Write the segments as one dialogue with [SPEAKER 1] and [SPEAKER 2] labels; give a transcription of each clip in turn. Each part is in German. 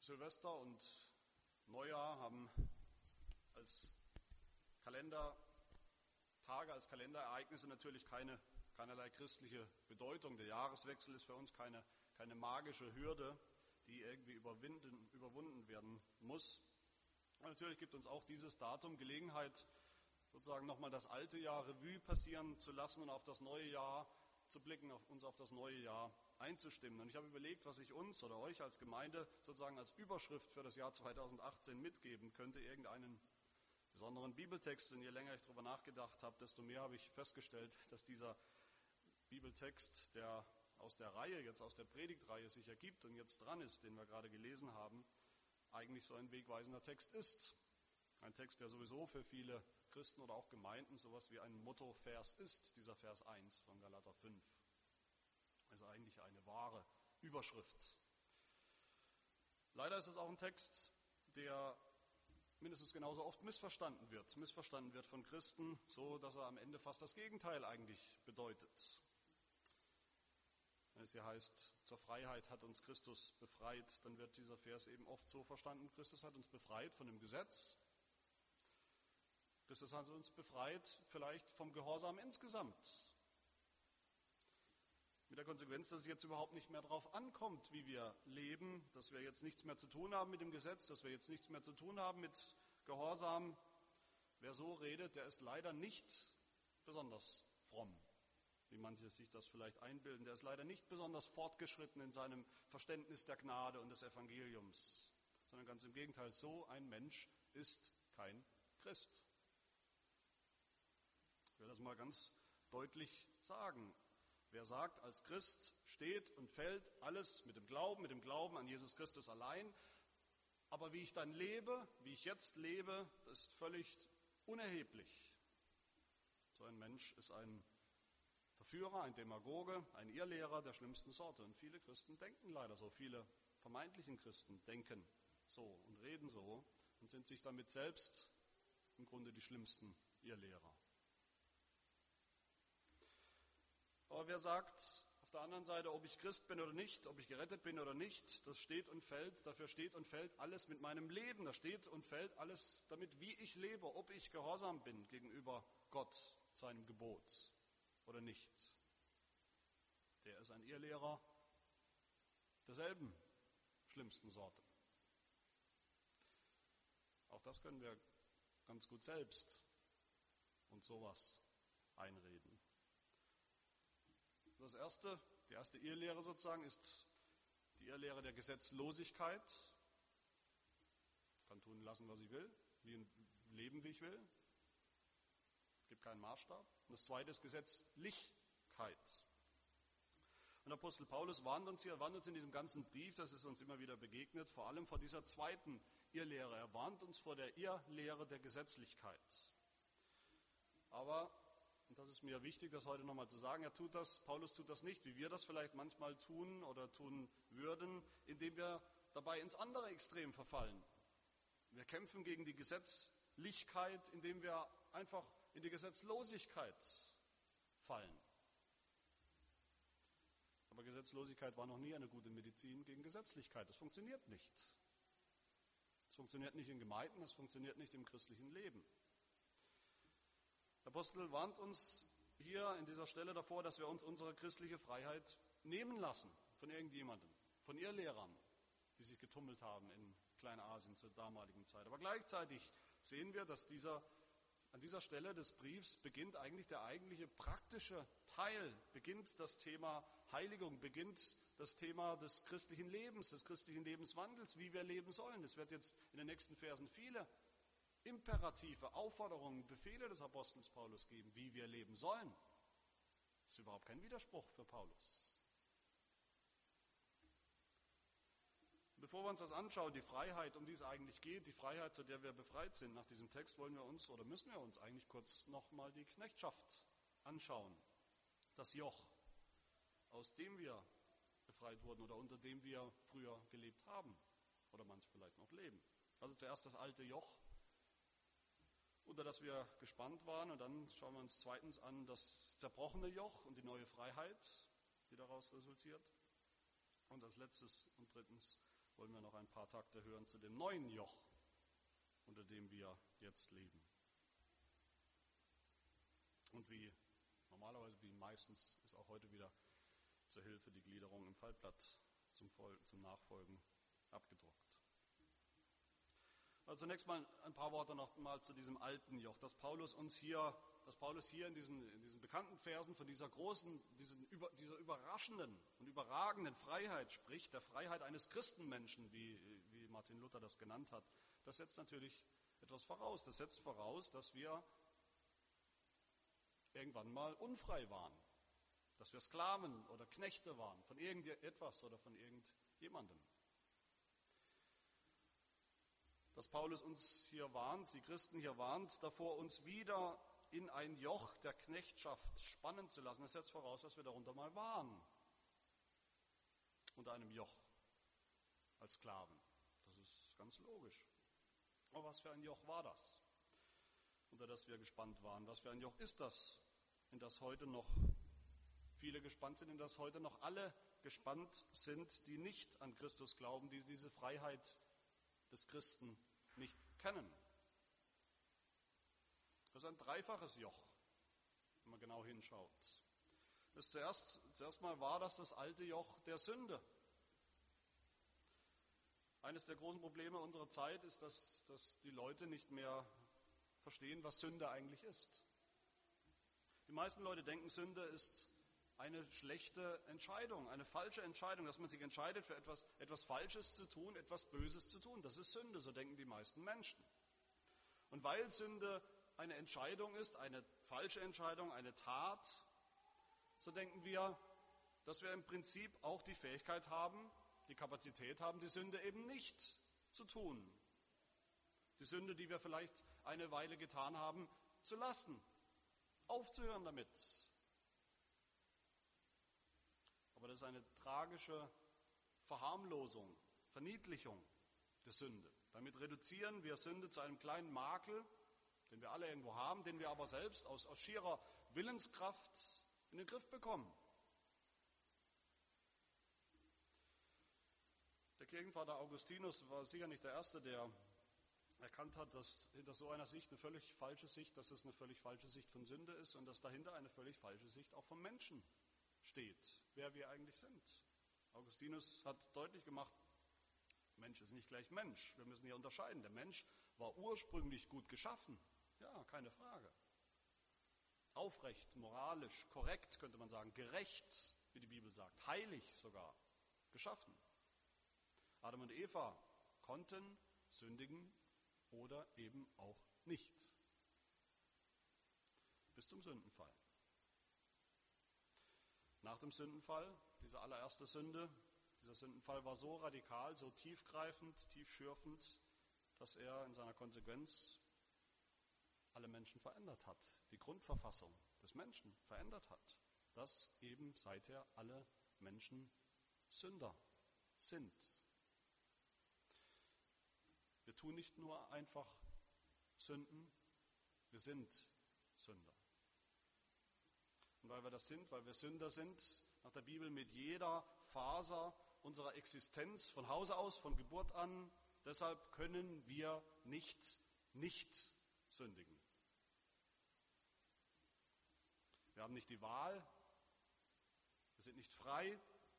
[SPEAKER 1] Silvester und Neujahr haben als Kalendertage, als Kalenderereignisse natürlich keinerlei christliche Bedeutung. Der Jahreswechsel ist für uns keine magische Hürde, die irgendwie überwunden werden muss. Und natürlich gibt uns auch dieses Datum Gelegenheit, sozusagen nochmal das alte Jahr Revue passieren zu lassen und auf das neue Jahr zu blicken, uns auf das neue Jahr einzustimmen. Und ich habe überlegt, was ich uns oder euch als Gemeinde sozusagen als Überschrift für das Jahr 2018 mitgeben könnte, irgendeinen besonderen Bibeltext. Und je länger ich darüber nachgedacht habe, desto mehr habe ich festgestellt, dass dieser Bibeltext, der aus der Reihe, jetzt aus der Predigtreihe sich ergibt und jetzt dran ist, den wir gerade gelesen haben, eigentlich so ein wegweisender Text ist. Ein Text, der sowieso für viele Christen oder auch Gemeinden sowas wie ein Mottovers ist, dieser Vers 1 von Galater 5. Also eigentlich eine wahre Überschrift. Leider ist es auch ein Text, der mindestens genauso oft missverstanden wird von Christen, so dass er am Ende fast das Gegenteil eigentlich bedeutet. Wenn es hier heißt, zur Freiheit hat uns Christus befreit, dann wird dieser Vers eben oft so verstanden, Christus hat uns befreit von dem Gesetz. Christus hat uns befreit vielleicht vom Gehorsam insgesamt. Mit der Konsequenz, dass es jetzt überhaupt nicht mehr darauf ankommt, wie wir leben, dass wir jetzt nichts mehr zu tun haben mit dem Gesetz, dass wir jetzt nichts mehr zu tun haben mit Gehorsam. Wer so redet, der ist leider nicht besonders fromm, wie manche sich das vielleicht einbilden. Der ist leider nicht besonders fortgeschritten in seinem Verständnis der Gnade und des Evangeliums, sondern ganz im Gegenteil, so ein Mensch ist kein Christ. Ich will das mal ganz deutlich sagen. Wer sagt, als Christ steht und fällt alles mit dem Glauben an Jesus Christus allein, aber wie ich dann lebe, wie ich jetzt lebe, das ist völlig unerheblich. So ein Mensch ist ein Verführer, ein Demagoge, ein Irrlehrer der schlimmsten Sorte. Und viele Christen denken leider so, viele vermeintlichen Christen denken so und reden so und sind sich damit selbst im Grunde die schlimmsten Irrlehrer. Aber wer sagt auf der anderen Seite, ob ich Christ bin oder nicht, ob ich gerettet bin oder nicht, das steht und fällt, dafür steht und fällt alles mit meinem Leben. Da steht und fällt alles damit, wie ich lebe, ob ich gehorsam bin gegenüber Gott, seinem Gebot oder nicht. Der ist ein Irrlehrer derselben schlimmsten Sorte. Auch das können wir ganz gut selbst uns sowas einreden. Die erste Irrlehre sozusagen ist die Irrlehre der Gesetzlosigkeit. Ich kann tun lassen, was ich will, leben, wie ich will. Es gibt keinen Maßstab. Und das zweite ist Gesetzlichkeit. Und Apostel Paulus warnt uns in diesem ganzen Brief, das ist uns immer wieder begegnet, vor allem vor dieser zweiten Irrlehre. Er warnt uns vor der Irrlehre der Gesetzlichkeit. Aber, und das ist mir wichtig, das heute nochmal zu sagen, Paulus tut das nicht, wie wir das vielleicht manchmal tun oder tun würden, indem wir dabei ins andere Extrem verfallen. Wir kämpfen gegen die Gesetzlichkeit, indem wir einfach in die Gesetzlosigkeit fallen. Aber Gesetzlosigkeit war noch nie eine gute Medizin gegen Gesetzlichkeit. Das funktioniert nicht. Es funktioniert nicht in Gemeinden, es funktioniert nicht im christlichen Leben. Der Apostel warnt uns hier in dieser Stelle davor, dass wir uns unsere christliche Freiheit nehmen lassen von irgendjemandem, von Irrlehrern, die sich getummelt haben in Kleinasien zur damaligen Zeit. Aber gleichzeitig sehen wir, dass an dieser Stelle des Briefs beginnt eigentlich der eigentliche praktische Teil, beginnt das Thema Heiligung, beginnt das Thema des christlichen Lebens, des christlichen Lebenswandels, wie wir leben sollen. Es wird jetzt in den nächsten Versen viele Imperative, Aufforderungen, Befehle des Apostels Paulus geben, wie wir leben sollen. Das ist überhaupt kein Widerspruch für Paulus. Bevor wir uns das anschauen, die Freiheit, um die es eigentlich geht, die Freiheit, zu der wir befreit sind nach diesem Text, müssen wir uns eigentlich kurz nochmal die Knechtschaft anschauen. Das Joch, aus dem wir befreit wurden oder unter dem wir früher gelebt haben oder manche vielleicht noch leben. Also zuerst das alte Joch, unter das wir gespannt waren, und dann schauen wir uns zweitens an das zerbrochene Joch und die neue Freiheit, die daraus resultiert. Und als letztes und drittens wollen wir noch ein paar Takte hören zu dem neuen Joch, unter dem wir jetzt leben. Und wie normalerweise, wie meistens, ist auch heute wieder zur Hilfe die Gliederung im Faltblatt zum Nachfolgen abgedruckt. Also zunächst mal ein paar Worte noch mal zu diesem alten Joch, dass Paulus hier in diesen bekannten Versen von dieser dieser überraschenden und überragenden Freiheit spricht, der Freiheit eines Christenmenschen, wie Martin Luther das genannt hat. Das setzt natürlich etwas voraus. Das setzt voraus, dass wir irgendwann mal unfrei waren, dass wir Sklaven oder Knechte waren von irgendetwas oder von irgendjemandem. Dass Paulus uns hier warnt, die Christen hier warnt, davor uns wieder in ein Joch der Knechtschaft spannen zu lassen. Das setzt voraus, dass wir darunter mal waren, unter einem Joch als Sklaven. Das ist ganz logisch. Aber was für ein Joch war das, unter das wir gespannt waren? Was für ein Joch ist das, in das heute noch viele gespannt sind, in das heute noch alle gespannt sind, die nicht an Christus glauben, die diese Freiheit des Christen nicht kennen? Das ist ein dreifaches Joch, wenn man genau hinschaut. Zuerst mal war das alte Joch der Sünde. Eines der großen Probleme unserer Zeit ist, dass die Leute nicht mehr verstehen, was Sünde eigentlich ist. Die meisten Leute denken, Sünde ist eine schlechte Entscheidung, eine falsche Entscheidung, dass man sich entscheidet, für etwas Falsches zu tun, etwas Böses zu tun. Das ist Sünde, so denken die meisten Menschen. Und weil Sünde eine Entscheidung ist, eine falsche Entscheidung, eine Tat, so denken wir, dass wir im Prinzip auch die Fähigkeit haben, die Kapazität haben, die Sünde eben nicht zu tun. Die Sünde, die wir vielleicht eine Weile getan haben, zu lassen, aufzuhören damit. Aber das ist eine tragische Verharmlosung, Verniedlichung der Sünde. Damit reduzieren wir Sünde zu einem kleinen Makel, den wir alle irgendwo haben, den wir aber selbst aus schierer Willenskraft in den Griff bekommen. Der Kirchenvater Augustinus war sicher nicht der Erste, der erkannt hat, dass hinter so einer Sicht eine völlig falsche Sicht, dass es eine völlig falsche Sicht von Sünde ist und dass dahinter eine völlig falsche Sicht auch vom Menschen steht, wer wir eigentlich sind. Augustinus hat deutlich gemacht, Mensch ist nicht gleich Mensch. Wir müssen hier unterscheiden. Der Mensch war ursprünglich gut geschaffen. Ja, keine Frage. Aufrecht, moralisch, korrekt, könnte man sagen, gerecht, wie die Bibel sagt, heilig sogar, geschaffen. Adam und Eva konnten sündigen oder eben auch nicht. Bis zum Sündenfall. Nach dem Sündenfall, diese allererste Sünde, dieser Sündenfall war so radikal, so tiefgreifend, tiefschürfend, dass er in seiner Konsequenz alle Menschen verändert hat, die Grundverfassung des Menschen verändert hat, dass eben seither alle Menschen Sünder sind. Wir tun nicht nur einfach Sünden, wir sind Sünder. Und weil wir das sind, weil wir Sünder sind, nach der Bibel mit jeder Faser unserer Existenz, von Hause aus, von Geburt an, deshalb können wir nicht sündigen. Wir haben nicht die Wahl, wir sind nicht frei,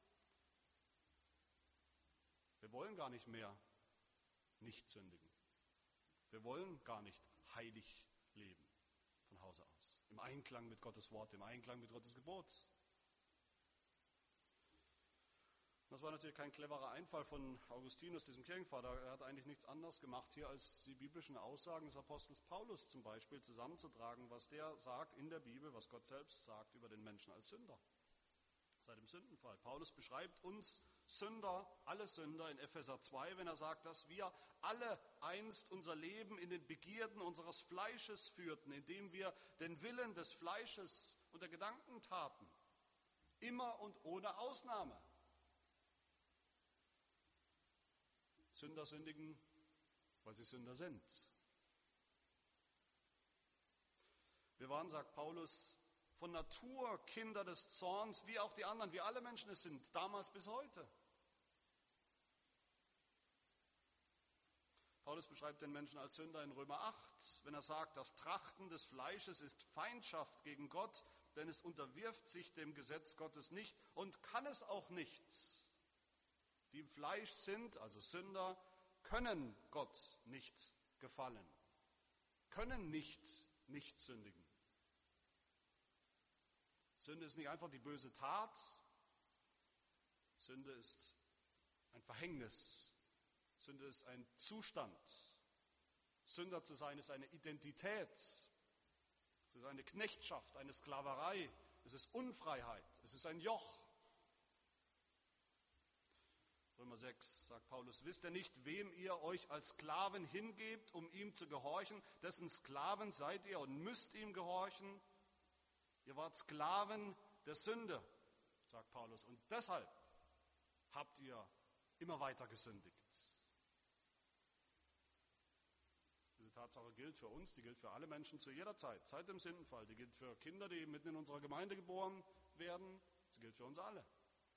[SPEAKER 1] wir wollen gar nicht mehr nicht sündigen. Wir wollen gar nicht heilig leben von Hause aus, im Einklang mit Gottes Wort, im Einklang mit Gottes Gebot. Das war natürlich kein cleverer Einfall von Augustinus, diesem Kirchenvater. Er hat eigentlich nichts anderes gemacht hier, als die biblischen Aussagen des Apostels Paulus zum Beispiel zusammenzutragen, was der sagt in der Bibel, was Gott selbst sagt über den Menschen als Sünder. Seit dem Sündenfall. Paulus beschreibt uns Sünder, alle Sünder in Epheser 2, wenn er sagt, dass wir alle einst unser Leben in den Begierden unseres Fleisches führten, indem wir den Willen des Fleisches und der Gedanken taten. Immer und ohne Ausnahme. Sünder sündigen, weil sie Sünder sind. Wir waren, sagt Paulus, von Natur Kinder des Zorns, wie auch die anderen, wie alle Menschen es sind, damals bis heute. Paulus beschreibt den Menschen als Sünder in Römer 8, wenn er sagt, das Trachten des Fleisches ist Feindschaft gegen Gott, denn es unterwirft sich dem Gesetz Gottes nicht und kann es auch nicht. Die im Fleisch sind, also Sünder, können Gott nicht gefallen, können nicht sündigen. Sünde ist nicht einfach die böse Tat, Sünde ist ein Verhängnis, Sünde ist ein Zustand. Sünder zu sein ist eine Identität, es ist eine Knechtschaft, eine Sklaverei, es ist Unfreiheit, es ist ein Joch. Römer 6 sagt Paulus, wisst ihr nicht, wem ihr euch als Sklaven hingebt, um ihm zu gehorchen, dessen Sklaven seid ihr und müsst ihm gehorchen? Ihr wart Sklaven der Sünde, sagt Paulus, und deshalb habt ihr immer weiter gesündigt. Diese Tatsache gilt für uns, die gilt für alle Menschen zu jeder Zeit, seit dem Sündenfall. Die gilt für Kinder, die mitten in unserer Gemeinde geboren werden. Sie gilt für uns alle.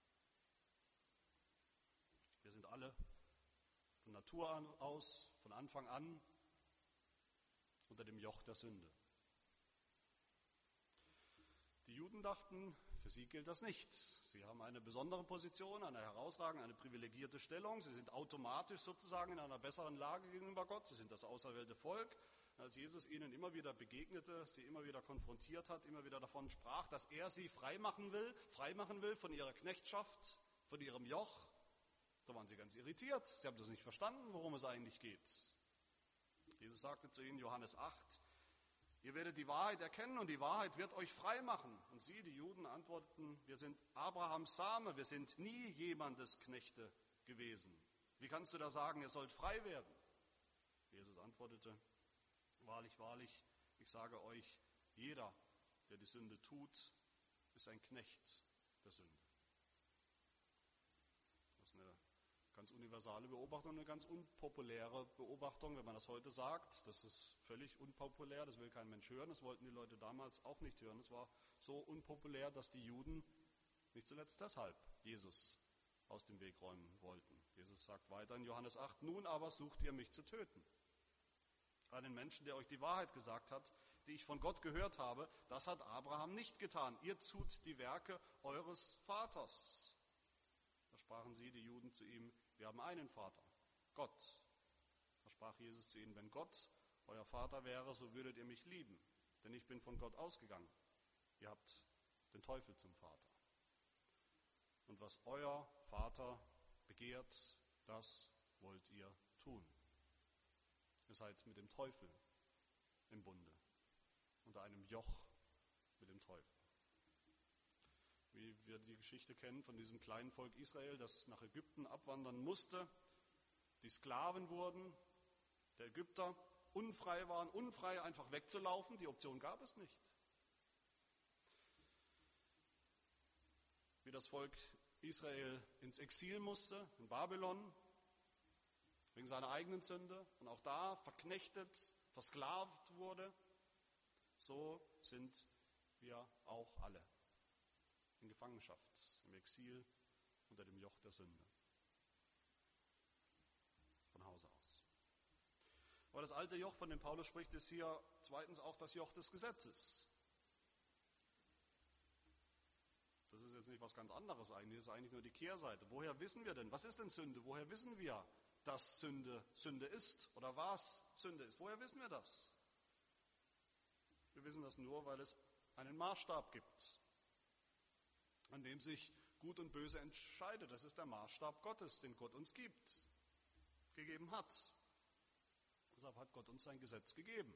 [SPEAKER 1] Wir sind alle von Natur aus, von Anfang an, unter dem Joch der Sünde. Die Juden dachten, für sie gilt das nicht. Sie haben eine besondere Position, eine herausragende, eine privilegierte Stellung. Sie sind automatisch sozusagen in einer besseren Lage gegenüber Gott. Sie sind das auserwählte Volk. Als Jesus ihnen immer wieder begegnete, sie immer wieder konfrontiert hat, immer wieder davon sprach, dass er sie freimachen will von ihrer Knechtschaft, von ihrem Joch, da waren sie ganz irritiert. Sie haben das nicht verstanden, worum es eigentlich geht. Jesus sagte zu ihnen, Johannes 8, ihr werdet die Wahrheit erkennen und die Wahrheit wird euch frei machen. Und sie, die Juden, antworteten, wir sind Abrahams Same, wir sind nie jemandes Knechte gewesen. Wie kannst du da sagen, ihr sollt frei werden? Jesus antwortete, wahrlich, wahrlich, ich sage euch, jeder, der die Sünde tut, ist ein Knecht der Sünde. Das ist eine ganz universale Beobachtung, eine ganz unpopuläre Beobachtung, wenn man das heute sagt. Das ist völlig unpopulär, das will kein Mensch hören. Das wollten die Leute damals auch nicht hören. Es war so unpopulär, dass die Juden nicht zuletzt deshalb Jesus aus dem Weg räumen wollten. Jesus sagt weiter in Johannes 8, nun aber sucht ihr mich zu töten. Einen Menschen, der euch die Wahrheit gesagt hat, die ich von Gott gehört habe, das hat Abraham nicht getan. Ihr tut die Werke eures Vaters. Da sprachen sie, die Juden, zu ihm, wir haben einen Vater, Gott. Da sprach Jesus zu ihnen, wenn Gott euer Vater wäre, so würdet ihr mich lieben, denn ich bin von Gott ausgegangen. Ihr habt den Teufel zum Vater. Und was euer Vater begehrt, das wollt ihr tun. Ihr seid mit dem Teufel im Bunde, unter einem Joch mit dem Teufel. Wie wir die Geschichte kennen von diesem kleinen Volk Israel, das nach Ägypten abwandern musste, die Sklaven wurden, der Ägypter unfrei waren, unfrei einfach wegzulaufen, die Option gab es nicht. Wie das Volk Israel ins Exil musste, in Babylon, wegen seiner eigenen Sünde und auch da verknechtet, versklavt wurde, so sind wir auch alle in Gefangenschaft, im Exil, unter dem Joch der Sünde. Von Hause aus. Aber das alte Joch, von dem Paulus spricht, ist hier zweitens auch das Joch des Gesetzes. Das ist jetzt nicht was ganz anderes eigentlich, das ist eigentlich nur die Kehrseite. Woher wissen wir denn, was ist denn Sünde? Woher wissen wir, dass Sünde Sünde ist oder was Sünde ist? Woher wissen wir das? Wir wissen das nur, weil es einen Maßstab gibt, an dem sich Gut und Böse entscheidet. Das ist der Maßstab Gottes, den Gott uns gegeben hat. Deshalb hat Gott uns sein Gesetz gegeben.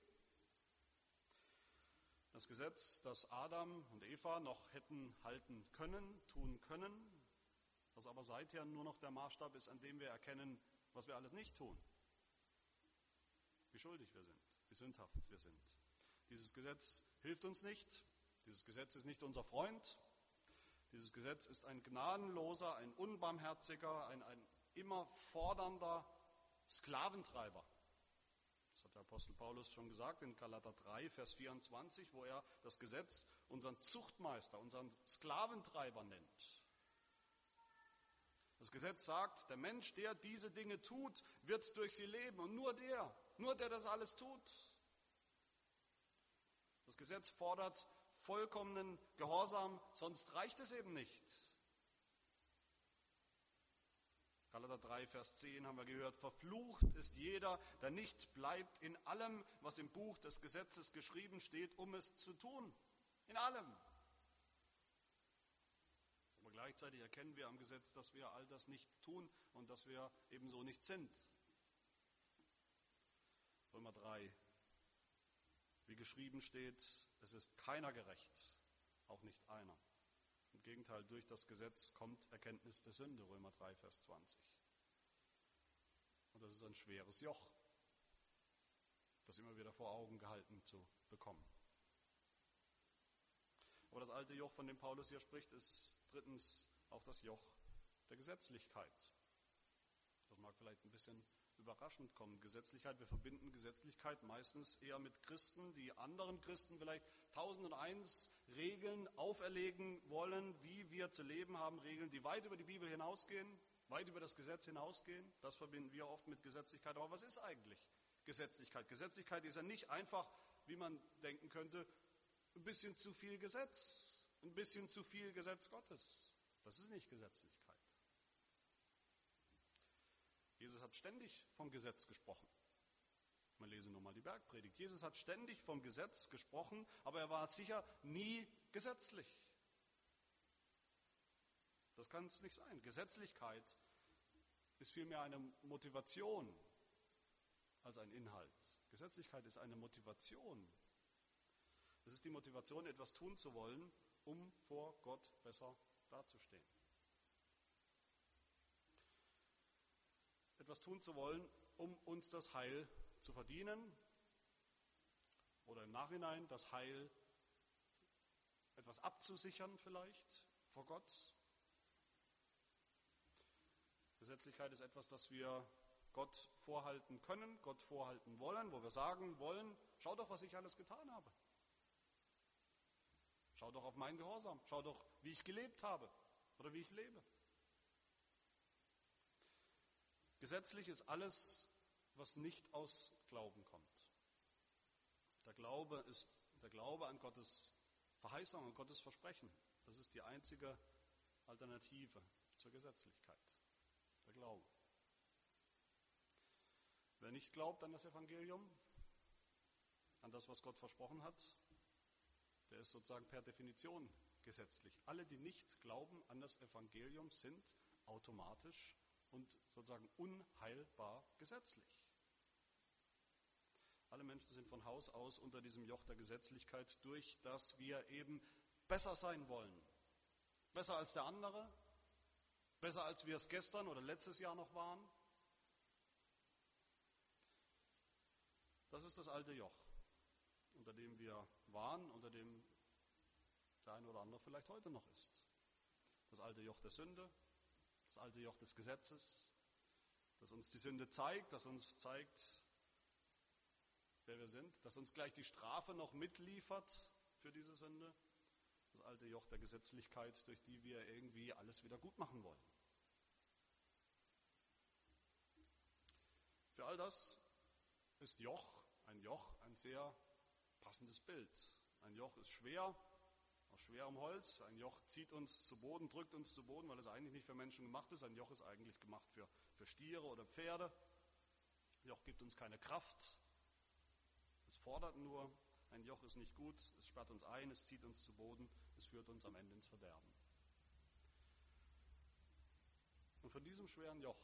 [SPEAKER 1] Das Gesetz, das Adam und Eva noch hätten halten können, tun können, das aber seither nur noch der Maßstab ist, an dem wir erkennen, was wir alles nicht tun. Wie schuldig wir sind, wie sündhaft wir sind. Dieses Gesetz hilft uns nicht. Dieses Gesetz ist nicht unser Freund. Dieses Gesetz ist ein gnadenloser, ein unbarmherziger, ein immer fordernder Sklaventreiber. Das hat der Apostel Paulus schon gesagt in Galater 3, Vers 24, wo er das Gesetz unseren Zuchtmeister, unseren Sklaventreiber nennt. Das Gesetz sagt, der Mensch, der diese Dinge tut, wird durch sie leben. Und nur der das alles tut. Das Gesetz fordert vollkommenen Gehorsam, sonst reicht es eben nicht. Galater 3, Vers 10 haben wir gehört, verflucht ist jeder, der nicht bleibt in allem, was im Buch des Gesetzes geschrieben steht, um es zu tun. In allem. Aber gleichzeitig erkennen wir am Gesetz, dass wir all das nicht tun und dass wir ebenso nicht sind. Römer 3, wie geschrieben steht, es ist keiner gerecht, auch nicht einer. Im Gegenteil, durch das Gesetz kommt Erkenntnis der Sünde, Römer 3, Vers 20. Und das ist ein schweres Joch, das immer wieder vor Augen gehalten zu bekommen. Aber das alte Joch, von dem Paulus hier spricht, ist drittens auch das Joch der Gesetzlichkeit. Das mag vielleicht ein bisschen überraschend kommen. Gesetzlichkeit, wir verbinden Gesetzlichkeit meistens eher mit Christen, die anderen Christen vielleicht 1001 Regeln auferlegen wollen, wie wir zu leben haben, Regeln, die weit über die Bibel hinausgehen, weit über das Gesetz hinausgehen. Das verbinden wir oft mit Gesetzlichkeit. Aber was ist eigentlich Gesetzlichkeit? Gesetzlichkeit ist ja nicht einfach, wie man denken könnte, ein bisschen zu viel Gesetz, ein bisschen zu viel Gesetz Gottes. Das ist nicht Gesetzlichkeit. Jesus hat ständig vom Gesetz gesprochen. Man lese nur mal die Bergpredigt. Jesus hat ständig vom Gesetz gesprochen, aber er war sicher nie gesetzlich. Das kann es nicht sein. Gesetzlichkeit ist vielmehr eine Motivation als ein Inhalt. Gesetzlichkeit ist eine Motivation. Es ist die Motivation, etwas tun zu wollen, um vor Gott besser dazustehen. Etwas tun zu wollen, um uns das Heil zu verdienen oder im Nachhinein das Heil etwas abzusichern vielleicht vor Gott. Gesetzlichkeit ist etwas, das wir Gott vorhalten können, Gott vorhalten wollen, wo wir sagen wollen, schau doch, was ich alles getan habe. Schau doch auf meinen Gehorsam, schau doch, wie ich gelebt habe oder wie ich lebe. Gesetzlich ist alles, was nicht aus Glauben kommt. Der Glaube ist der Glaube an Gottes Verheißung und Gottes Versprechen. Das ist die einzige Alternative zur Gesetzlichkeit. Der Glaube. Wer nicht glaubt an das Evangelium, an das, was Gott versprochen hat, der ist sozusagen per Definition gesetzlich. Alle, die nicht glauben an das Evangelium, sind automatisch und sozusagen unheilbar gesetzlich. Alle Menschen sind von Haus aus unter diesem Joch der Gesetzlichkeit, durch das wir eben besser sein wollen. Besser als der andere, besser als wir es gestern oder letztes Jahr noch waren. Das ist das alte Joch, unter dem wir waren, unter dem der eine oder andere vielleicht heute noch ist. Das alte Joch der Sünde, das alte Joch des Gesetzes, das uns die Sünde zeigt, das uns zeigt, wer wir sind, das uns gleich die Strafe noch mitliefert für diese Sünde. Das alte Joch der Gesetzlichkeit, durch die wir irgendwie alles wieder gut machen wollen. Für all das ist Joch ein sehr passendes Bild. Ein Joch ist schwer, aus schwerem Holz. Ein Joch zieht uns zu Boden, drückt uns zu Boden, weil es eigentlich nicht für Menschen gemacht ist. Ein Joch ist eigentlich gemacht für Stiere oder Pferde. Ein Joch gibt uns keine Kraft. Es fordert nur. Ein Joch ist nicht gut. Es sperrt uns ein, es zieht uns zu Boden. Es führt uns am Ende ins Verderben. Und von diesem schweren Joch,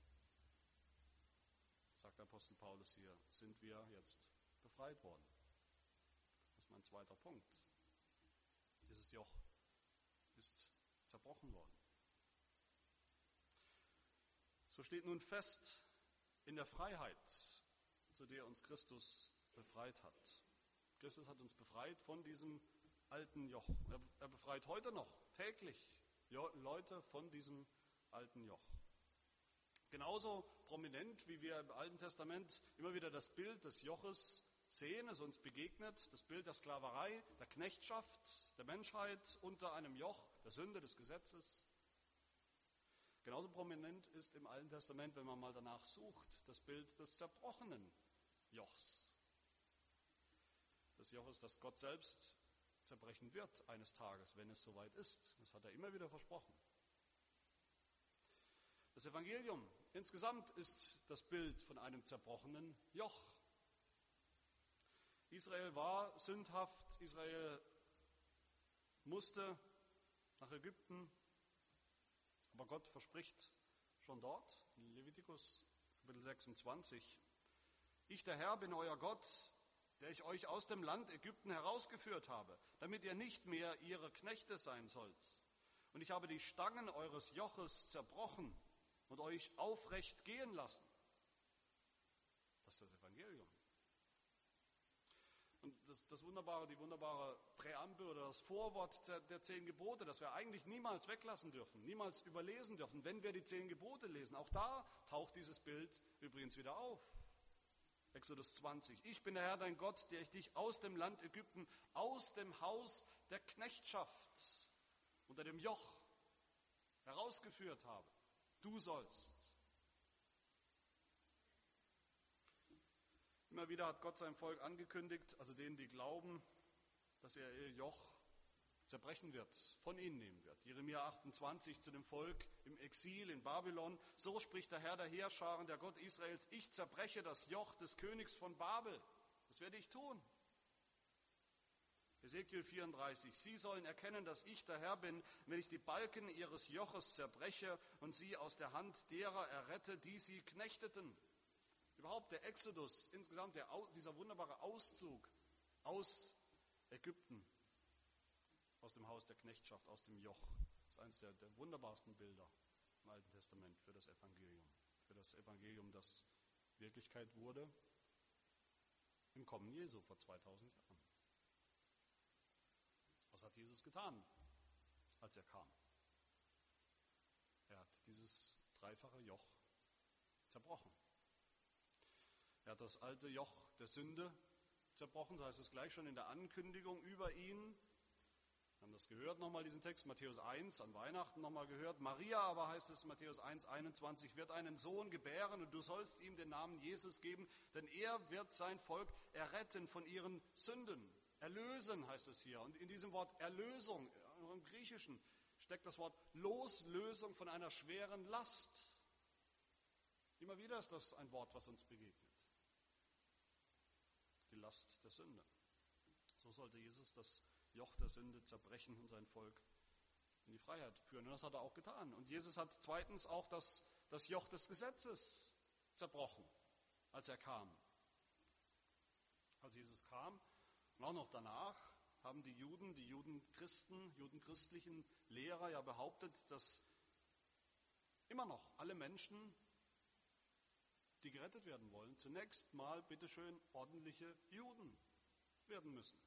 [SPEAKER 1] sagt der Apostel Paulus hier, sind wir jetzt befreit worden. Das ist mein zweiter Punkt. Dieses Joch ist zerbrochen worden. So steht nun fest in der Freiheit, zu der uns Christus befreit hat. Christus hat uns befreit von diesem alten Joch. Er befreit heute noch täglich Leute von diesem alten Joch. Genauso prominent, wie wir im Alten Testament immer wieder das Bild des Joches sehen, es uns begegnet, das Bild der Sklaverei, der Knechtschaft, der Menschheit unter einem Joch, der Sünde, des Gesetzes. Genauso prominent ist im Alten Testament, wenn man mal danach sucht, das Bild des zerbrochenen Jochs. Des Joches, das Gott selbst zerbrechen wird eines Tages, wenn es soweit ist. Das hat er immer wieder versprochen. Das Evangelium insgesamt ist das Bild von einem zerbrochenen Joch. Israel war sündhaft, Israel musste nach Ägypten, aber Gott verspricht schon dort, in Levitikus Kapitel 26, ich, der Herr, bin euer Gott, der ich euch aus dem Land Ägypten herausgeführt habe, damit ihr nicht mehr ihre Knechte sein sollt. Und ich habe die Stangen eures Joches zerbrochen und euch aufrecht gehen lassen. Das ist das Evangelium. Und die wunderbare Präambel oder das Vorwort der 10 Gebote, das wir eigentlich niemals weglassen dürfen, niemals überlesen dürfen, wenn wir die 10 Gebote lesen. Auch da taucht dieses Bild übrigens wieder auf. Exodus 20. Ich bin der Herr, dein Gott, der ich dich aus dem Land Ägypten, aus dem Haus der Knechtschaft, unter dem Joch herausgeführt habe. Du sollst. Immer wieder hat Gott seinem Volk angekündigt, also denen, die glauben, dass er ihr Joch zerbrechen wird, von ihnen nehmen wird. Jeremia 28 zu dem Volk im Exil in Babylon. So spricht der Herr der Heerscharen, der Gott Israels, ich zerbreche das Joch des Königs von Babel. Das werde ich tun. Ezekiel 34, sie sollen erkennen, dass ich der Herr bin, wenn ich die Balken ihres Joches zerbreche und sie aus der Hand derer errette, die sie knechteten. Überhaupt der Exodus, insgesamt dieser wunderbare Auszug aus Ägypten, aus dem Haus der Knechtschaft, aus dem Joch, ist eines der wunderbarsten Bilder im Alten Testament für das Evangelium, das Wirklichkeit wurde im Kommen Jesu vor 2000 Jahren. Was hat Jesus getan, als er kam? Er hat dieses dreifache Joch zerbrochen. Er hat das alte Joch der Sünde zerbrochen, so heißt es gleich schon in der Ankündigung über ihn. Wir haben das gehört, nochmal diesen Text, Matthäus 1, an Weihnachten nochmal gehört. Maria aber, heißt es, Matthäus 1, 21, wird einen Sohn gebären und du sollst ihm den Namen Jesus geben, denn er wird sein Volk erretten von ihren Sünden. Erlösen heißt es hier. Und in diesem Wort Erlösung, im Griechischen, steckt das Wort Loslösung von einer schweren Last. Immer wieder ist das ein Wort, was uns begegnet. Die Last der Sünde. So sollte Jesus das Joch der Sünde zerbrechen und sein Volk in die Freiheit führen. Und das hat er auch getan. Und Jesus hat zweitens auch das Joch des Gesetzes zerbrochen, als er kam. Als Jesus kam und auch noch danach haben die judenchristlichen Lehrer ja behauptet, dass immer noch alle Menschen, die gerettet werden wollen, zunächst mal bitteschön ordentliche Juden werden müssen,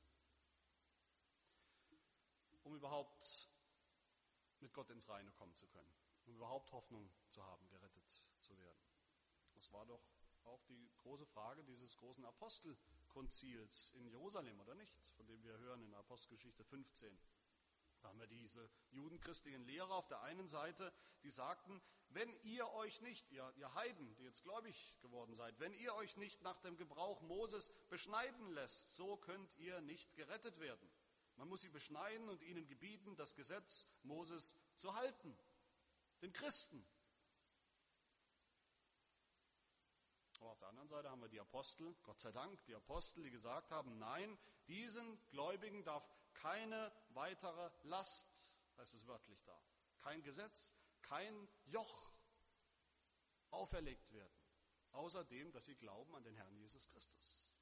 [SPEAKER 1] um überhaupt mit Gott ins Reine kommen zu können, um überhaupt Hoffnung zu haben, gerettet zu werden. Das war doch auch die große Frage dieses großen Apostelkonzils in Jerusalem, oder nicht? Von dem wir hören in Apostelgeschichte 15. Da haben wir diese judenchristlichen Lehrer auf der einen Seite, die sagten, wenn ihr euch nicht, ihr Heiden, die jetzt gläubig geworden seid, wenn ihr euch nicht nach dem Gebrauch Moses beschneiden lässt, so könnt ihr nicht gerettet werden. Man muss sie beschneiden und ihnen gebieten, das Gesetz Moses zu halten, den Christen. Aber auf der anderen Seite haben wir die Apostel, Gott sei Dank, die Apostel, die gesagt haben, nein, diesen Gläubigen darf keine weitere Last, heißt es wörtlich da, kein Gesetz, kein Joch auferlegt werden, außer dem, dass sie glauben an den Herrn Jesus Christus.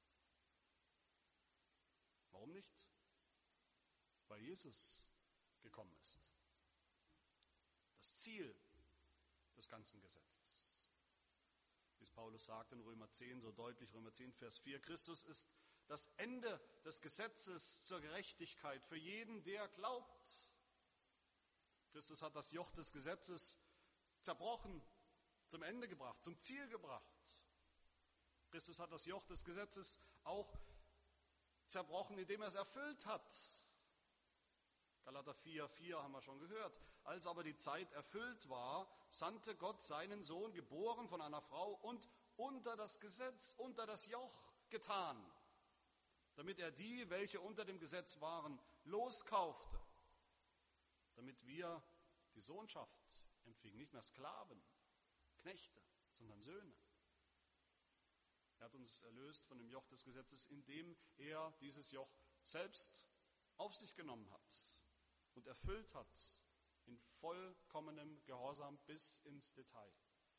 [SPEAKER 1] Warum nicht? Weil Jesus gekommen ist. Das Ziel des ganzen Gesetzes. Wie es Paulus sagt in Römer 10, so deutlich, Römer 10, Vers 4, Christus ist das Ende des Gesetzes zur Gerechtigkeit für jeden, der glaubt. Christus hat das Joch des Gesetzes zerbrochen, zum Ende gebracht, zum Ziel gebracht. Christus hat das Joch des Gesetzes auch zerbrochen, indem er es erfüllt hat. Galater 4,4 haben wir schon gehört. Als aber die Zeit erfüllt war, sandte Gott seinen Sohn, geboren von einer Frau und unter das Gesetz, unter das Joch getan, damit er die, welche unter dem Gesetz waren, loskaufte, damit wir die Sohnschaft empfingen, nicht mehr Sklaven, Knechte, sondern Söhne. Er hat uns erlöst von dem Joch des Gesetzes, indem er dieses Joch selbst auf sich genommen hat und erfüllt hat in vollkommenem Gehorsam bis ins Detail.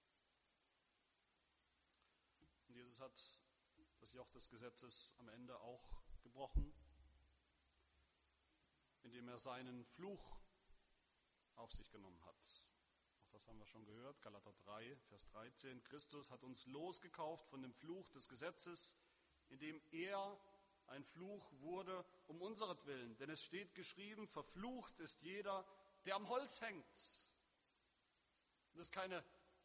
[SPEAKER 1] Und Jesus hat das Joch des Gesetzes am Ende auch gebrochen, indem er seinen Fluch auf sich genommen hat. Auch das haben wir schon gehört, Galater 3, Vers 13. Christus hat uns losgekauft von dem Fluch des Gesetzes, indem er ein Fluch wurde um unseretwillen. Denn es steht geschrieben, verflucht ist jeder, der am Holz hängt. Das ist keine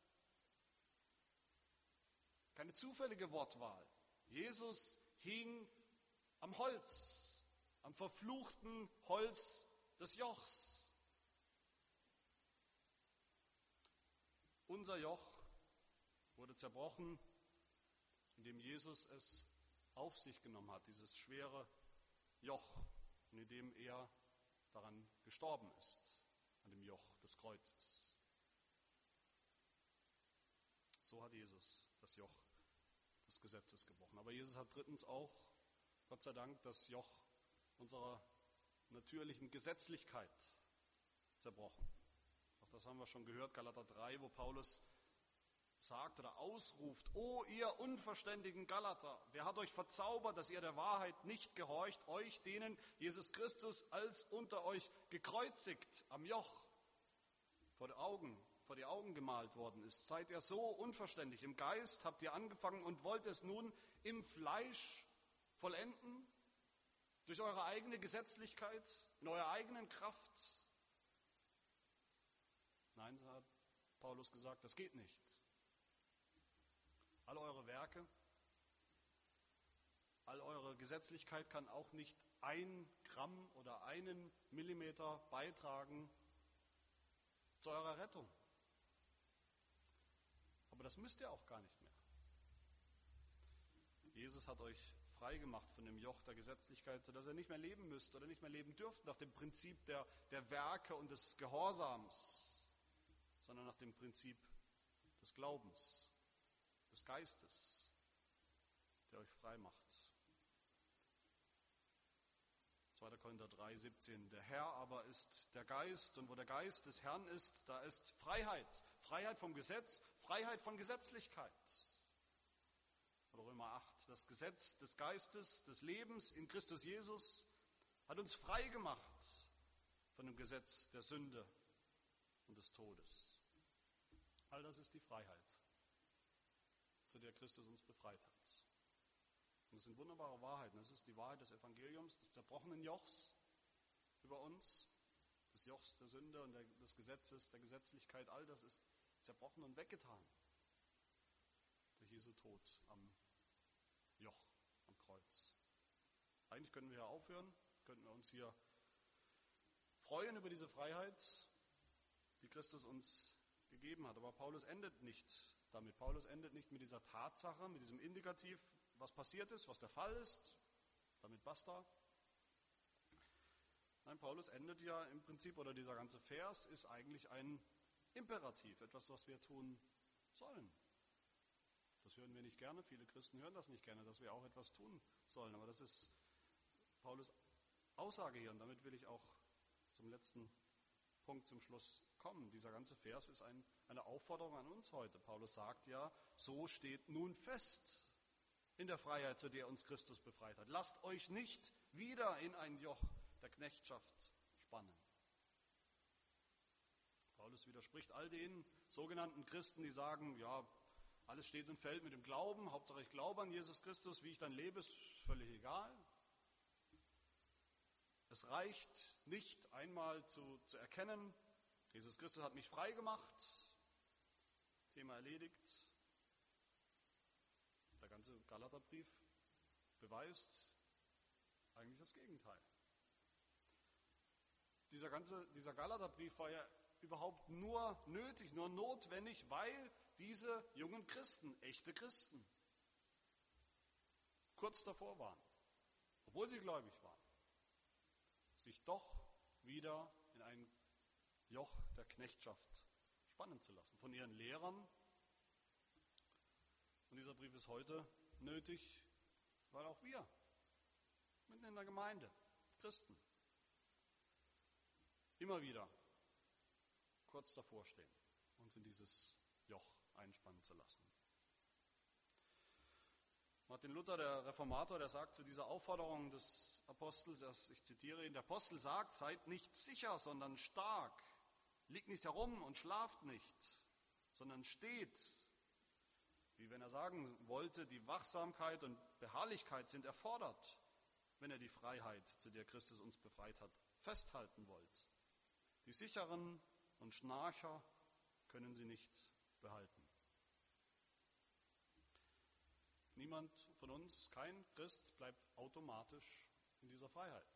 [SPEAKER 1] zufällige Wortwahl. Jesus hing am Holz, am verfluchten Holz des Jochs. Unser Joch wurde zerbrochen, indem Jesus es auf sich genommen hat, dieses schwere Joch, und indem er daran gestorben ist, an dem Joch des Kreuzes. So hat Jesus das Joch des Gesetzes gebrochen. Aber Jesus hat drittens auch, Gott sei Dank, das Joch unserer natürlichen Gesetzlichkeit zerbrochen. Auch das haben wir schon gehört, Galater 3, wo Paulus sagt oder ausruft: O ihr unverständigen Galater, wer hat euch verzaubert, dass ihr der Wahrheit nicht gehorcht, euch, denen Jesus Christus als unter euch gekreuzigt am Joch vor die Augen gemalt worden ist? Seid ihr so unverständig? Im Geist habt ihr angefangen und wollt es nun im Fleisch vollenden? Durch eure eigene Gesetzlichkeit, in eurer eigenen Kraft? Nein, so hat Paulus gesagt, das geht nicht. All eure Werke, all eure Gesetzlichkeit kann auch nicht 1 Gramm oder 1 Millimeter beitragen zu eurer Rettung. Aber das müsst ihr auch gar nicht mehr. Jesus hat euch frei gemacht von dem Joch der Gesetzlichkeit, sodass ihr nicht mehr leben müsst oder nicht mehr leben dürft nach dem Prinzip der Werke und des Gehorsams, sondern nach dem Prinzip des Glaubens, des Geistes, der euch frei macht. 2. Korinther 3, 17. Der Herr aber ist der Geist, und wo der Geist des Herrn ist, da ist Freiheit. Freiheit vom Gesetz, Freiheit von Gesetzlichkeit. Oder Römer 8. Das Gesetz des Geistes, des Lebens in Christus Jesus hat uns frei gemacht von dem Gesetz der Sünde und des Todes. All das ist die Freiheit, zu der Christus uns befreit hat. Und das sind wunderbare Wahrheiten. Das ist die Wahrheit des Evangeliums, des zerbrochenen Jochs über uns, des Jochs der Sünde und des Gesetzes, der Gesetzlichkeit. All das ist zerbrochen und weggetan durch Jesu Tod am Joch, am Kreuz. Eigentlich könnten wir ja aufhören, könnten wir uns hier freuen über diese Freiheit, die Christus uns gegeben hat. Aber Paulus endet nicht damit. Paulus endet nicht mit dieser Tatsache, mit diesem Indikativ, was passiert ist, was der Fall ist. Damit basta. Nein, Paulus endet ja im Prinzip, oder dieser ganze Vers ist eigentlich ein Imperativ, etwas, was wir tun sollen. Das hören wir nicht gerne, viele Christen hören das nicht gerne, dass wir auch etwas tun sollen. Aber das ist Paulus' Aussage hier, und damit will ich auch zum letzten Punkt zum Schluss kommen. Dieser ganze Vers ist eine Aufforderung an uns heute. Paulus sagt ja, so steht nun fest in der Freiheit, zu der uns Christus befreit hat. Lasst euch nicht wieder in ein Joch der Knechtschaft spannen. Paulus widerspricht all den sogenannten Christen, die sagen, ja, alles steht und fällt mit dem Glauben, Hauptsache ich glaube an Jesus Christus, wie ich dann lebe, ist völlig egal. Es reicht nicht einmal zu erkennen, Jesus Christus hat mich frei gemacht, Thema erledigt. Der ganze Galaterbrief beweist eigentlich das Gegenteil. dieser Galaterbrief war ja überhaupt nur nötig, nur notwendig, weil diese jungen Christen, echte Christen, kurz davor waren, obwohl sie gläubig waren, sich doch wieder in ein Joch der Knechtschaft spannen zu lassen von ihren Lehrern. Und dieser Brief ist heute nötig, weil auch wir mitten in der Gemeinde, Christen, immer wieder kurz davor stehen, uns in dieses Joch einspannen zu lassen. Martin Luther, der Reformator, der sagt zu dieser Aufforderung des Apostels, ich zitiere ihn, der Apostel sagt, seid nicht sicher, sondern stark, liegt nicht herum und schlaft nicht, sondern steht, wie wenn er sagen wollte, die Wachsamkeit und Beharrlichkeit sind erfordert, wenn ihr die Freiheit, zu der Christus uns befreit hat, festhalten wollt. Die Sicheren und Schnarcher können sie nicht behalten. Niemand von uns, kein Christ, bleibt automatisch in dieser Freiheit,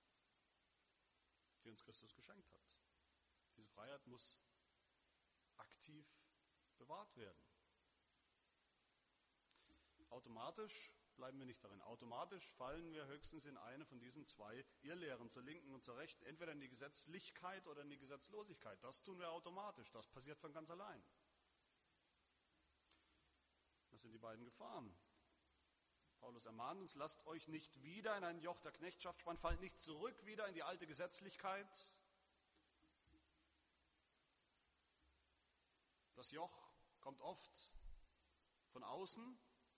[SPEAKER 1] die uns Christus geschenkt hat. Diese Freiheit muss aktiv bewahrt werden. Automatisch bleiben wir nicht darin. Automatisch fallen wir höchstens in eine von diesen zwei Irrlehren, zur Linken und zur Rechten, entweder in die Gesetzlichkeit oder in die Gesetzlosigkeit. Das tun wir automatisch, das passiert von ganz allein. Das sind die beiden Gefahren. Paulus ermahnt uns, lasst euch nicht wieder in ein Joch der Knechtschaft spannen, fallt nicht zurück wieder in die alte Gesetzlichkeit. Das Joch kommt oft von außen.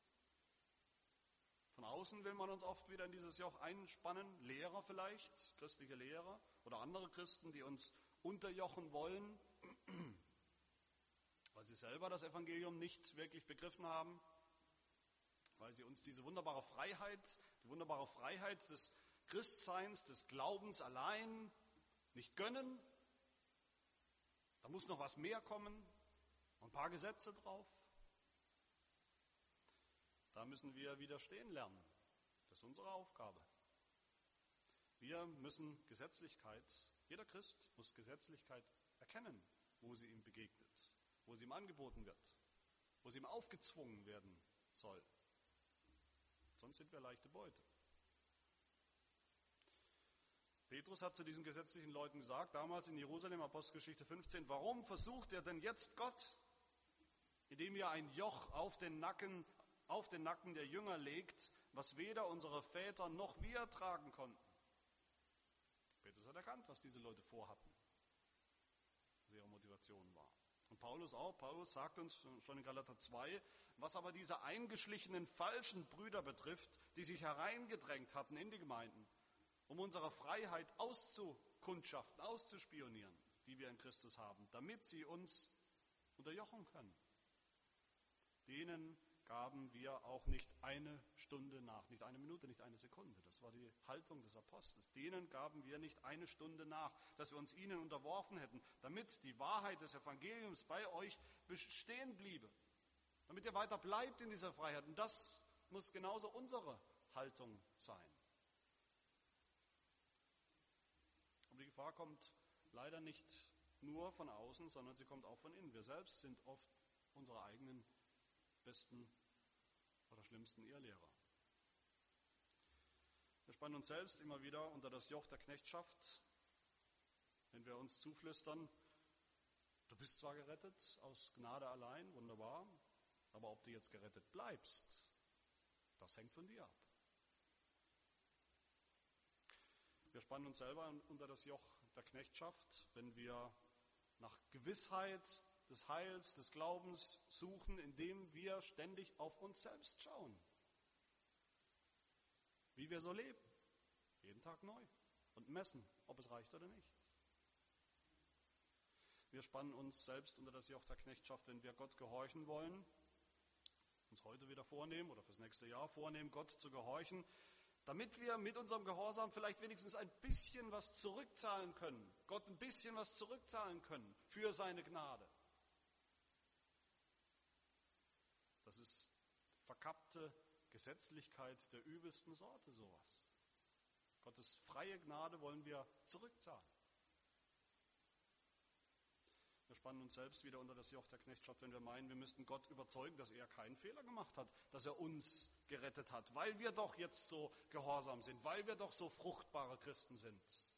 [SPEAKER 1] Von außen will man uns oft wieder in dieses Joch einspannen, Lehrer vielleicht, christliche Lehrer oder andere Christen, die uns unterjochen wollen, weil sie selber das Evangelium nicht wirklich begriffen haben, weil sie uns diese wunderbare Freiheit, die wunderbare Freiheit des Christseins, des Glaubens allein nicht gönnen. Da muss noch was mehr kommen, ein paar Gesetze drauf. Da müssen wir widerstehen lernen. Das ist unsere Aufgabe. Wir müssen Gesetzlichkeit, jeder Christ muss Gesetzlichkeit erkennen, wo sie ihm begegnet, wo sie ihm angeboten wird, wo sie ihm aufgezwungen werden soll. Sonst sind wir leichte Beute. Petrus hat zu diesen gesetzlichen Leuten gesagt, damals in Jerusalem, Apostelgeschichte 15, warum versucht ihr denn jetzt Gott, indem ihr ein Joch auf den Nacken der Jünger legt, was weder unsere Väter noch wir tragen konnten? Petrus hat erkannt, was diese Leute vorhatten, was ihre Motivation war. Und Paulus auch. Paulus sagt uns schon in Galater 2, was aber diese eingeschlichenen falschen Brüder betrifft, die sich hereingedrängt hatten in die Gemeinden, um unsere Freiheit auszukundschaften, auszuspionieren, die wir in Christus haben, damit sie uns unterjochen können. Denen gaben wir auch nicht eine Stunde nach, nicht eine Minute, nicht eine Sekunde. Das war die Haltung des Apostels. Denen gaben wir nicht eine Stunde nach, dass wir uns ihnen unterworfen hätten, damit die Wahrheit des Evangeliums bei euch bestehen bliebe, damit ihr weiter bleibt in dieser Freiheit. Und das muss genauso unsere Haltung sein. Aber die Gefahr kommt leider nicht nur von außen, sondern sie kommt auch von innen. Wir selbst sind oft unsere eigenen besten oder schlimmsten Irrlehrer. Wir spannen uns selbst immer wieder unter das Joch der Knechtschaft, wenn wir uns zuflüstern, du bist zwar gerettet aus Gnade allein, wunderbar, aber ob du jetzt gerettet bleibst, das hängt von dir ab. Wir spannen uns selber unter das Joch der Knechtschaft, wenn wir nach Gewissheit des Heils, des Glaubens suchen, indem wir ständig auf uns selbst schauen. Wie wir so leben, jeden Tag neu und messen, ob es reicht oder nicht. Wir spannen uns selbst unter das Joch der Knechtschaft, wenn wir Gott gehorchen wollen, uns heute wieder vornehmen oder fürs nächste Jahr vornehmen, Gott zu gehorchen, damit wir mit unserem Gehorsam vielleicht wenigstens ein bisschen was zurückzahlen können, Gott ein bisschen was zurückzahlen können für seine Gnade. Das ist verkappte Gesetzlichkeit der übelsten Sorte, sowas. Gottes freie Gnade wollen wir zurückzahlen. spannen uns selbst wieder unter das Joch der Knechtschaft, wenn wir meinen, wir müssten Gott überzeugen, dass er keinen Fehler gemacht hat, dass er uns gerettet hat, weil wir doch jetzt so gehorsam sind, weil wir doch so fruchtbare Christen sind.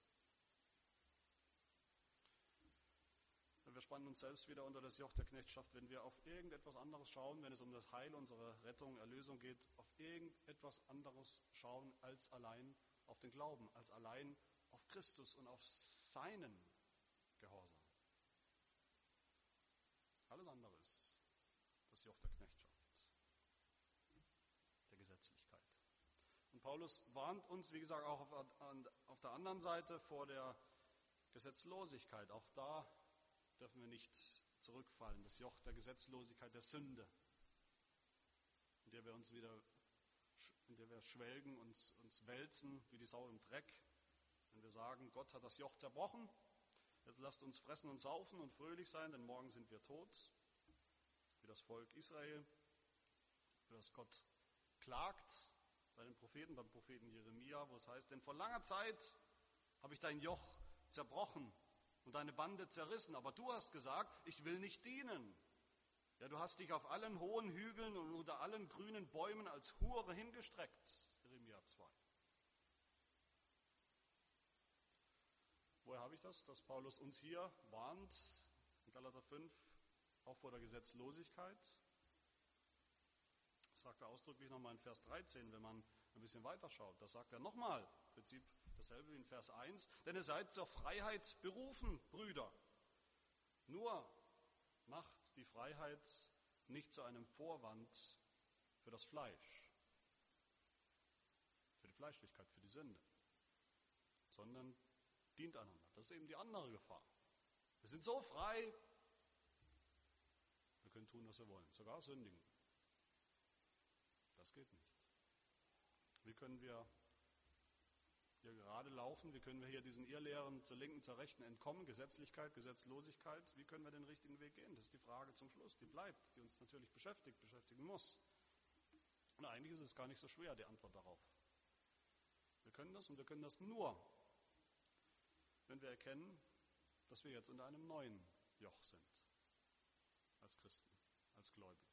[SPEAKER 1] Wir spannen uns selbst wieder unter das Joch der Knechtschaft, wenn wir auf irgendetwas anderes schauen, wenn es um das Heil, unsere Rettung, Erlösung geht, auf irgendetwas anderes schauen als allein auf den Glauben, als allein auf Christus und auf seinen Gehorsam. Alles andere ist das Joch der Knechtschaft, der Gesetzlichkeit. Und Paulus warnt uns, wie gesagt, auch auf der anderen Seite vor der Gesetzlosigkeit. Auch da dürfen wir nicht zurückfallen. Das Joch der Gesetzlosigkeit, der Sünde, in der wir schwelgen, uns wälzen wie die Sau im Dreck. Wenn wir sagen, Gott hat das Joch zerbrochen, jetzt lasst uns fressen und saufen und fröhlich sein, denn morgen sind wir tot. Wie das Volk Israel, für das Gott klagt bei den Propheten, beim Propheten Jeremia, wo es heißt, denn vor langer Zeit habe ich dein Joch zerbrochen und deine Bande zerrissen, aber du hast gesagt, ich will nicht dienen. Ja, du hast dich auf allen hohen Hügeln und unter allen grünen Bäumen als Hure hingestreckt. Jeremia 2. Woher habe ich das? Dass Paulus uns hier warnt, in Galater 5, auch vor der Gesetzlosigkeit. Das sagt er ausdrücklich nochmal in Vers 13, wenn man ein bisschen weiter schaut. Das sagt er nochmal, im Prinzip dasselbe wie in Vers 1. Denn ihr seid zur Freiheit berufen, Brüder. Nur macht die Freiheit nicht zu einem Vorwand für das Fleisch, für die Fleischlichkeit, für die Sünde, sondern dient einander. Das ist eben die andere Gefahr. Wir sind so frei, wir können tun, was wir wollen, sogar sündigen. Das geht nicht. Wie können wir hier gerade laufen? Wie können wir hier diesen Irrlehren zur Linken, zur Rechten entkommen? Gesetzlichkeit, Gesetzlosigkeit. Wie können wir den richtigen Weg gehen? Das ist die Frage zum Schluss, die bleibt, die uns natürlich beschäftigen muss. Und eigentlich ist es gar nicht so schwer, die Antwort darauf. Wir können das und wir können das nur, wenn wir erkennen, dass wir jetzt unter einem neuen Joch sind, als Christen, als Gläubige.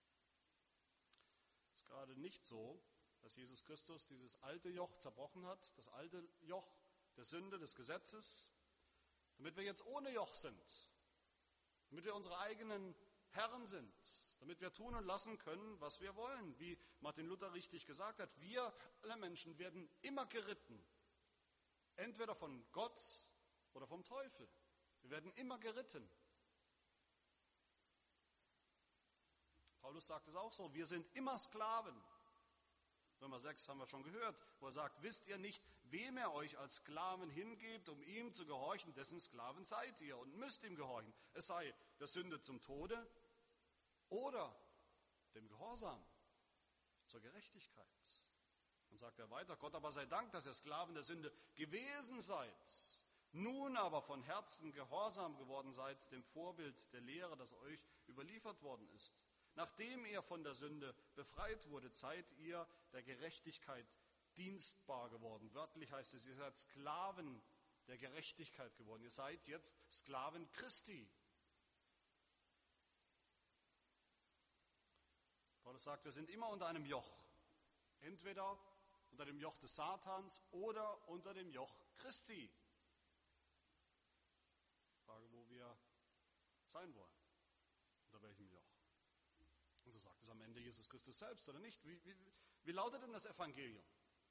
[SPEAKER 1] Es ist gerade nicht so, dass Jesus Christus dieses alte Joch zerbrochen hat, das alte Joch der Sünde, des Gesetzes, damit wir jetzt ohne Joch sind, damit wir unsere eigenen Herren sind, damit wir tun und lassen können, was wir wollen. Wie Martin Luther richtig gesagt hat, wir alle Menschen werden immer geritten, entweder von Gott oder vom Teufel. Wir werden immer geritten. Paulus sagt es auch so, wir sind immer Sklaven. Römer 6 haben wir schon gehört, wo er sagt, wisst ihr nicht, wem er euch als Sklaven hingebt, um ihm zu gehorchen, dessen Sklaven seid ihr und müsst ihm gehorchen. Es sei der Sünde zum Tode oder dem Gehorsam zur Gerechtigkeit. Und sagt er weiter, Gott aber sei Dank, dass ihr Sklaven der Sünde gewesen seid, nun aber von Herzen gehorsam geworden seid, dem Vorbild der Lehre, das euch überliefert worden ist. Nachdem ihr von der Sünde befreit wurdet, seid ihr der Gerechtigkeit dienstbar geworden. Wörtlich heißt es, ihr seid Sklaven der Gerechtigkeit geworden. Ihr seid jetzt Sklaven Christi. Paulus sagt, wir sind immer unter einem Joch. Entweder unter dem Joch des Satans oder unter dem Joch Christi. Frage, wo wir sein wollen. Unter welchem Joch. Und so sagt es am Ende Jesus Christus selbst, oder nicht? Wie lautet denn das Evangelium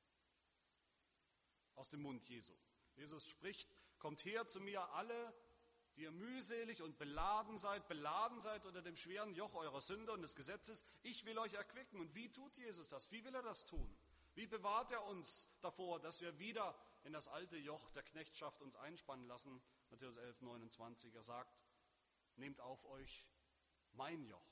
[SPEAKER 1] aus dem Mund Jesu? Jesus spricht, kommt her zu mir alle, die ihr mühselig und beladen seid unter dem schweren Joch eurer Sünde und des Gesetzes. Ich will euch erquicken. Und wie tut Jesus das? Wie will er das tun? Wie bewahrt er uns davor, dass wir wieder in das alte Joch der Knechtschaft uns einspannen lassen? Matthäus 11, 29, er sagt, nehmt auf euch mein Joch.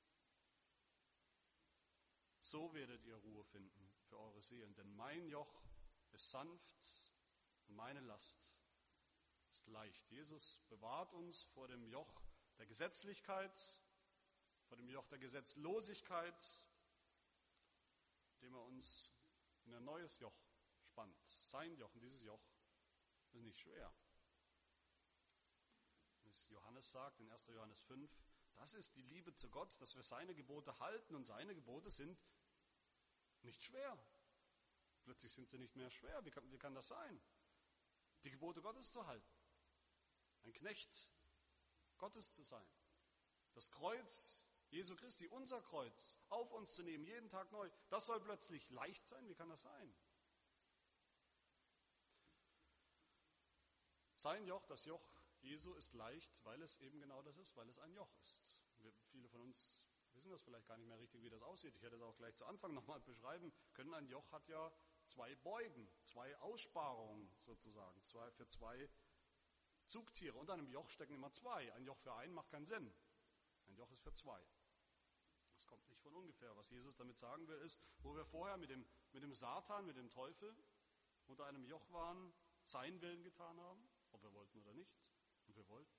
[SPEAKER 1] So werdet ihr Ruhe finden für eure Seelen, denn mein Joch ist sanft und meine Last ist leicht. Jesus bewahrt uns vor dem Joch der Gesetzlichkeit, vor dem Joch der Gesetzlosigkeit, indem er uns in ein neues Joch spannt. Sein Joch und dieses Joch ist nicht schwer. es Johannes sagt in 1. Johannes 5, das ist die Liebe zu Gott, dass wir seine Gebote halten und seine Gebote sind nicht schwer. Plötzlich sind sie nicht mehr schwer. Wie kann das sein? Die Gebote Gottes zu halten, ein Knecht Gottes zu sein, das Kreuz Jesu Christi, unser Kreuz, auf uns zu nehmen, jeden Tag neu, das soll plötzlich leicht sein? Wie kann das sein? Sein Joch, das Joch Jesu ist leicht, weil es eben genau das ist, weil es ein Joch ist. Viele von uns wissen das vielleicht gar nicht mehr richtig, wie das aussieht. Ich hätte es auch gleich zu Anfang nochmal beschreiben können. Ein Joch hat ja 2 Beugen, 2 Aussparungen sozusagen, für 2 Zugtiere. Unter einem Joch stecken immer 2. Ein Joch für einen macht keinen Sinn. Ein Joch ist für 2. Das kommt nicht von ungefähr. Was Jesus damit sagen will, ist, wo wir vorher mit dem Satan, mit dem Teufel unter einem Joch waren, seinen Willen getan haben, ob wir wollten oder nicht, und wir wollten.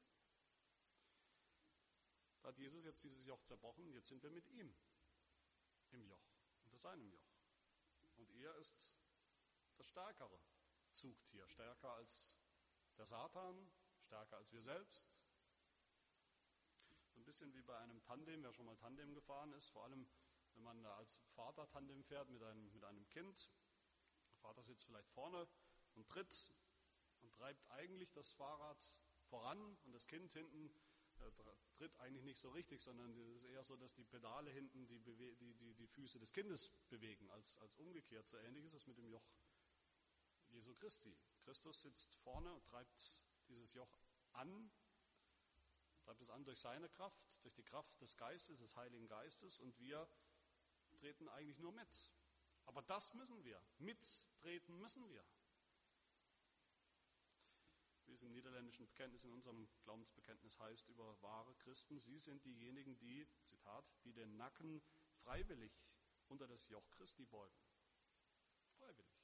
[SPEAKER 1] Da hat Jesus jetzt dieses Joch zerbrochen, jetzt sind wir mit ihm im Joch, unter seinem Joch. Und er ist das stärkere Zugtier, stärker als der Satan, stärker als wir selbst. So ein bisschen wie bei einem Tandem, wer schon mal Tandem gefahren ist, vor allem wenn man als Vater Tandem fährt mit einem Kind. Der Vater sitzt vielleicht vorne und tritt und treibt eigentlich das Fahrrad voran und das Kind hinten tritt eigentlich nicht so richtig, sondern es ist eher so, dass die Pedale hinten die Füße des Kindes bewegen, als umgekehrt. So ähnlich ist es mit dem Joch Jesu Christi. Christus sitzt vorne und treibt dieses Joch an, treibt es an durch seine Kraft, durch die Kraft des Geistes, des Heiligen Geistes, und wir treten eigentlich nur mit. Aber das müssen wir, mittreten müssen wir. Wie es im niederländischen Bekenntnis, in unserem Glaubensbekenntnis heißt über wahre Christen, sie sind diejenigen, die, Zitat, die den Nacken freiwillig unter das Joch Christi beugen. Freiwillig.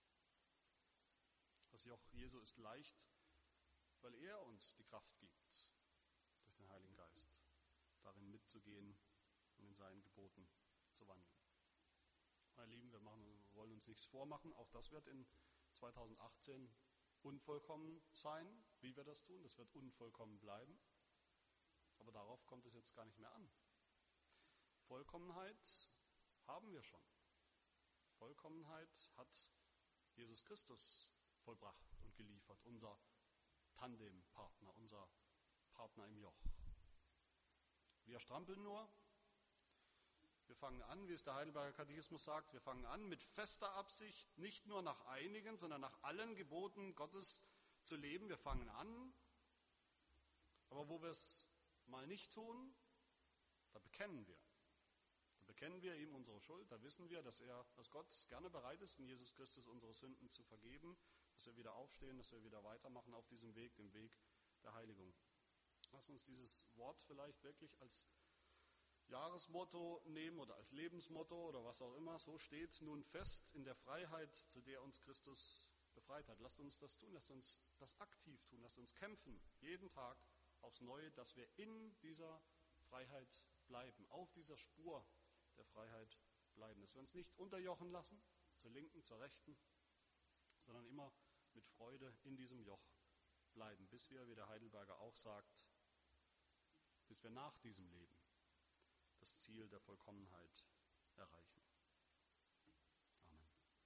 [SPEAKER 1] Das Joch Jesu ist leicht, weil er uns die Kraft gibt, durch den Heiligen Geist, darin mitzugehen und in seinen Geboten zu wandeln. Meine Lieben, wir wollen uns nichts vormachen, auch das wird in 2018 unvollkommen sein, wie wir das tun, das wird unvollkommen bleiben, aber darauf kommt es jetzt gar nicht mehr an. Vollkommenheit haben wir schon. Vollkommenheit hat Jesus Christus vollbracht und geliefert, unser Tandempartner, unser Partner im Joch. Wir strampeln nur, wir fangen an, wie es der Heidelberger Katechismus sagt, wir fangen an mit fester Absicht, nicht nur nach einigen, sondern nach allen Geboten Gottes zu leben. Wir fangen an, aber wo wir es mal nicht tun, da bekennen wir. Da bekennen wir ihm unsere Schuld, da wissen wir, dass Gott gerne bereit ist, in Jesus Christus unsere Sünden zu vergeben, dass wir wieder aufstehen, dass wir wieder weitermachen auf diesem Weg, dem Weg der Heiligung. Lass uns dieses Wort vielleicht wirklich als Jahresmotto nehmen oder als Lebensmotto oder was auch immer. So steht nun fest in der Freiheit, zu der uns Christus befreit hat. Lasst uns das tun, lasst uns das aktiv tun, lasst uns kämpfen, jeden Tag aufs Neue, dass wir in dieser Freiheit bleiben, auf dieser Spur der Freiheit bleiben. Dass wir uns nicht unterjochen lassen, zur Linken, zur Rechten, sondern immer mit Freude in diesem Joch bleiben, bis wir, wie der Heidelberger auch sagt, bis wir nach diesem Leben das Ziel der Vollkommenheit erreichen. Amen.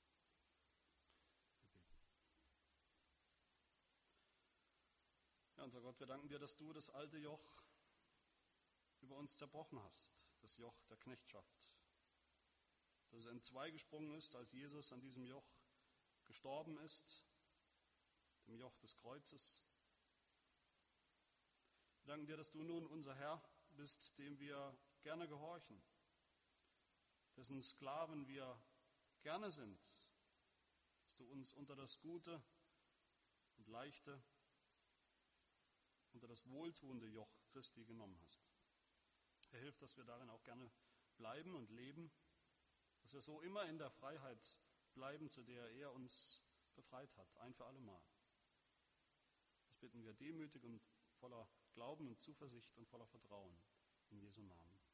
[SPEAKER 1] Wir beten. Ja, unser Gott, wir danken dir, dass du das alte Joch über uns zerbrochen hast, das Joch der Knechtschaft, dass es entzwei gesprungen ist, als Jesus an diesem Joch gestorben ist, dem Joch des Kreuzes. Wir danken dir, dass du nun unser Herr bist, dem wir gerne gehorchen, dessen Sklaven wir gerne sind, dass du uns unter das Gute und Leichte, unter das wohltuende Joch Christi genommen hast. Herr, hilf, dass wir darin auch gerne bleiben und leben, dass wir so immer in der Freiheit bleiben, zu der er uns befreit hat, ein für alle Mal. Das bitten wir demütig und voller Glauben und Zuversicht und voller Vertrauen in Jesu Namen.